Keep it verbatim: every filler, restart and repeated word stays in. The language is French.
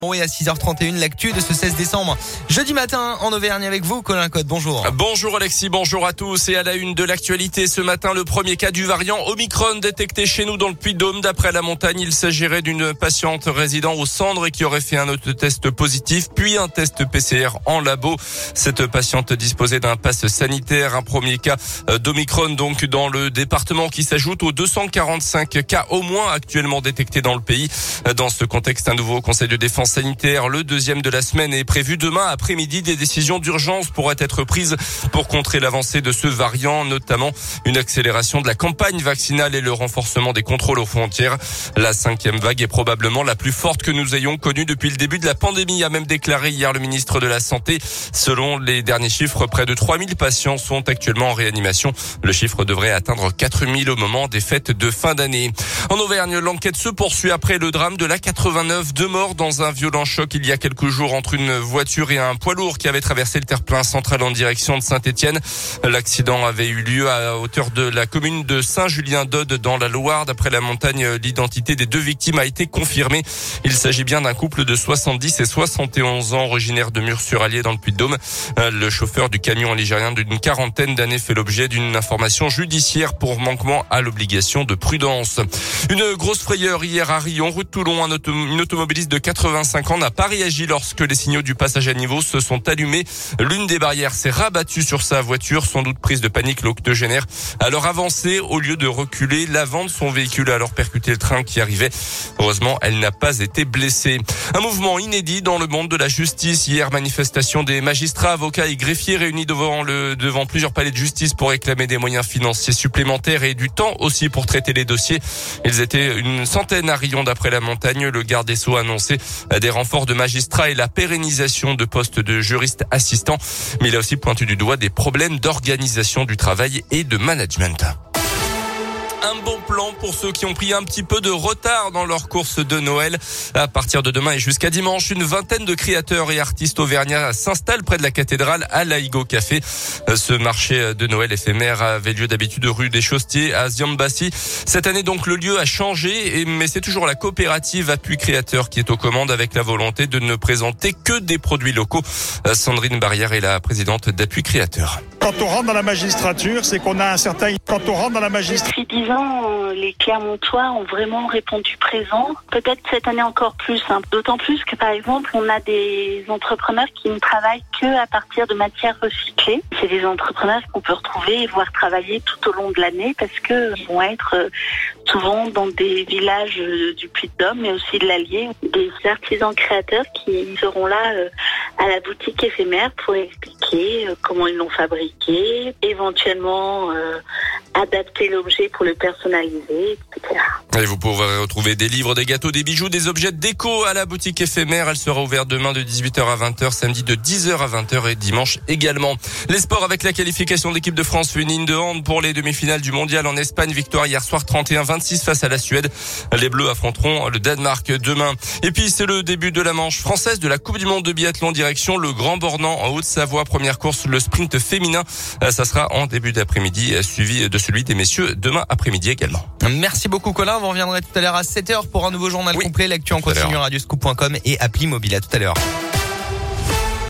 Bon, et à six heures trente et une, l'actu de ce seize décembre. Jeudi matin, en Auvergne avec vous, Colin Cotte, bonjour. Bonjour Alexis, bonjour à tous. Et à la une de l'actualité ce matin, le premier cas du variant Omicron détecté chez nous dans le Puy-de-Dôme. D'après La Montagne, il s'agirait d'une patiente résidant au Cendres et qui aurait fait un autotest positif, puis un test P C R en labo. Cette patiente disposait d'un pass sanitaire. Un premier cas d'Omicron donc dans le département qui s'ajoute aux deux cent quarante-cinq cas au moins actuellement détectés dans le pays. Dans ce contexte, un nouveau conseil de défense sanitaire, le deuxième de la semaine, est prévu demain après-midi. Des décisions d'urgence pourraient être prises pour contrer l'avancée de ce variant, notamment une accélération de la campagne vaccinale et le renforcement des contrôles aux frontières. La cinquième vague est probablement la plus forte que nous ayons connue depuis le début de la pandémie, a même déclaré hier le ministre de la Santé. Selon les derniers chiffres, près de trois mille patients sont actuellement en réanimation. Le chiffre devrait atteindre quatre mille au moment des fêtes de fin d'année. En Auvergne, l'enquête se poursuit après le drame de l'A quatre-vingt-neuf. Deux morts dans un violent choc il y a quelques jours entre une voiture et un poids lourd qui avait traversé le terre-plein central en direction de Saint-Étienne. L'accident avait eu lieu à hauteur de la commune de Saint-Julien-d'Aude dans la Loire. D'après La Montagne, l'identité des deux victimes a été confirmée. Il s'agit bien d'un couple de soixante-dix et soixante et onze ans originaire de Murs-sur-Allier dans le Puy-de-Dôme. Le chauffeur du camion ligérien d'une quarantaine d'années fait l'objet d'une information judiciaire pour manquement à l'obligation de prudence. Une grosse frayeur hier à Rion, rue de Toulon. Un auto- une automobiliste de quatre-vingt-cinq ans n'a pas réagi lorsque les signaux du passage à niveau se sont allumés. L'une des barrières s'est rabattue sur sa voiture, sans doute prise de panique l'octogénaire. À leur avancée, au lieu de reculer, l'avant de son véhicule a alors percuté le train qui arrivait. Heureusement, elle n'a pas été blessée. Un mouvement inédit dans le monde de la justice. Hier, manifestation des magistrats, avocats et greffiers réunis devant le, devant plusieurs palais de justice pour réclamer des moyens financiers supplémentaires et du temps aussi pour traiter les dossiers. Ils étaient une centaine à Rion d'après La Montagne. Le garde des Sceaux a annoncé des renforts de magistrats et la pérennisation de postes de juristes assistants. Mais il a aussi pointé du doigt des problèmes d'organisation du travail et de management. Un bon plan pour ceux qui ont pris un petit peu de retard dans leur course de Noël. À partir de demain et jusqu'à dimanche, une vingtaine de créateurs et artistes auvergnats s'installent près de la cathédrale à l'Aigo Café. Ce marché de Noël éphémère avait lieu d'habitude rue des Chaussetiers à Ziambassi. Cette année donc le lieu a changé, mais c'est toujours la coopérative Appui Créateur qui est aux commandes avec la volonté de ne présenter que des produits locaux. Sandrine Barrière est la présidente d'Appui Créateur. Quand on rentre dans la magistrature, c'est qu'on a un certain... Quand on rentre dans la magistrature... Depuis dix ans, les Clermontois ont vraiment répondu présent. Peut-être cette année encore plus. Hein. D'autant plus que, par exemple, on a des entrepreneurs qui ne travaillent que à partir de matières recyclées. C'est des entrepreneurs qu'on peut retrouver et voir travailler tout au long de l'année parce qu'ils vont être souvent dans des villages du Puy-de-Dôme, mais aussi de l'Allier. Des artisans créateurs qui seront là à la boutique éphémère pour expliquer comment ils l'ont fabriqué, éventuellement euh, adapter l'objet pour le personnaliser, et cetera. Et vous pourrez retrouver des livres, des gâteaux, des bijoux, des objets de déco à la boutique éphémère. Elle sera ouverte demain de dix-huit heures à vingt heures, samedi de dix heures à vingt heures et dimanche également. Les sports avec la qualification de l'équipe de France féminine de hand pour les demi-finales du mondial en Espagne. Victoire hier soir trente et un vingt-six face à la Suède. Les Bleus affronteront le Danemark demain. Et puis c'est le début de la manche française de la Coupe du Monde de biathlon direction le Grand Bornand en Haute-Savoie. Première course, le sprint féminin. Ça sera en début d'après-midi, suivi de celui des messieurs demain après-midi également. Merci beaucoup Colin, vous reviendrez tout à l'heure à sept heures pour un nouveau journal oui. complet. L'actu en continu radioscoop point com et appli mobile. À tout à l'heure.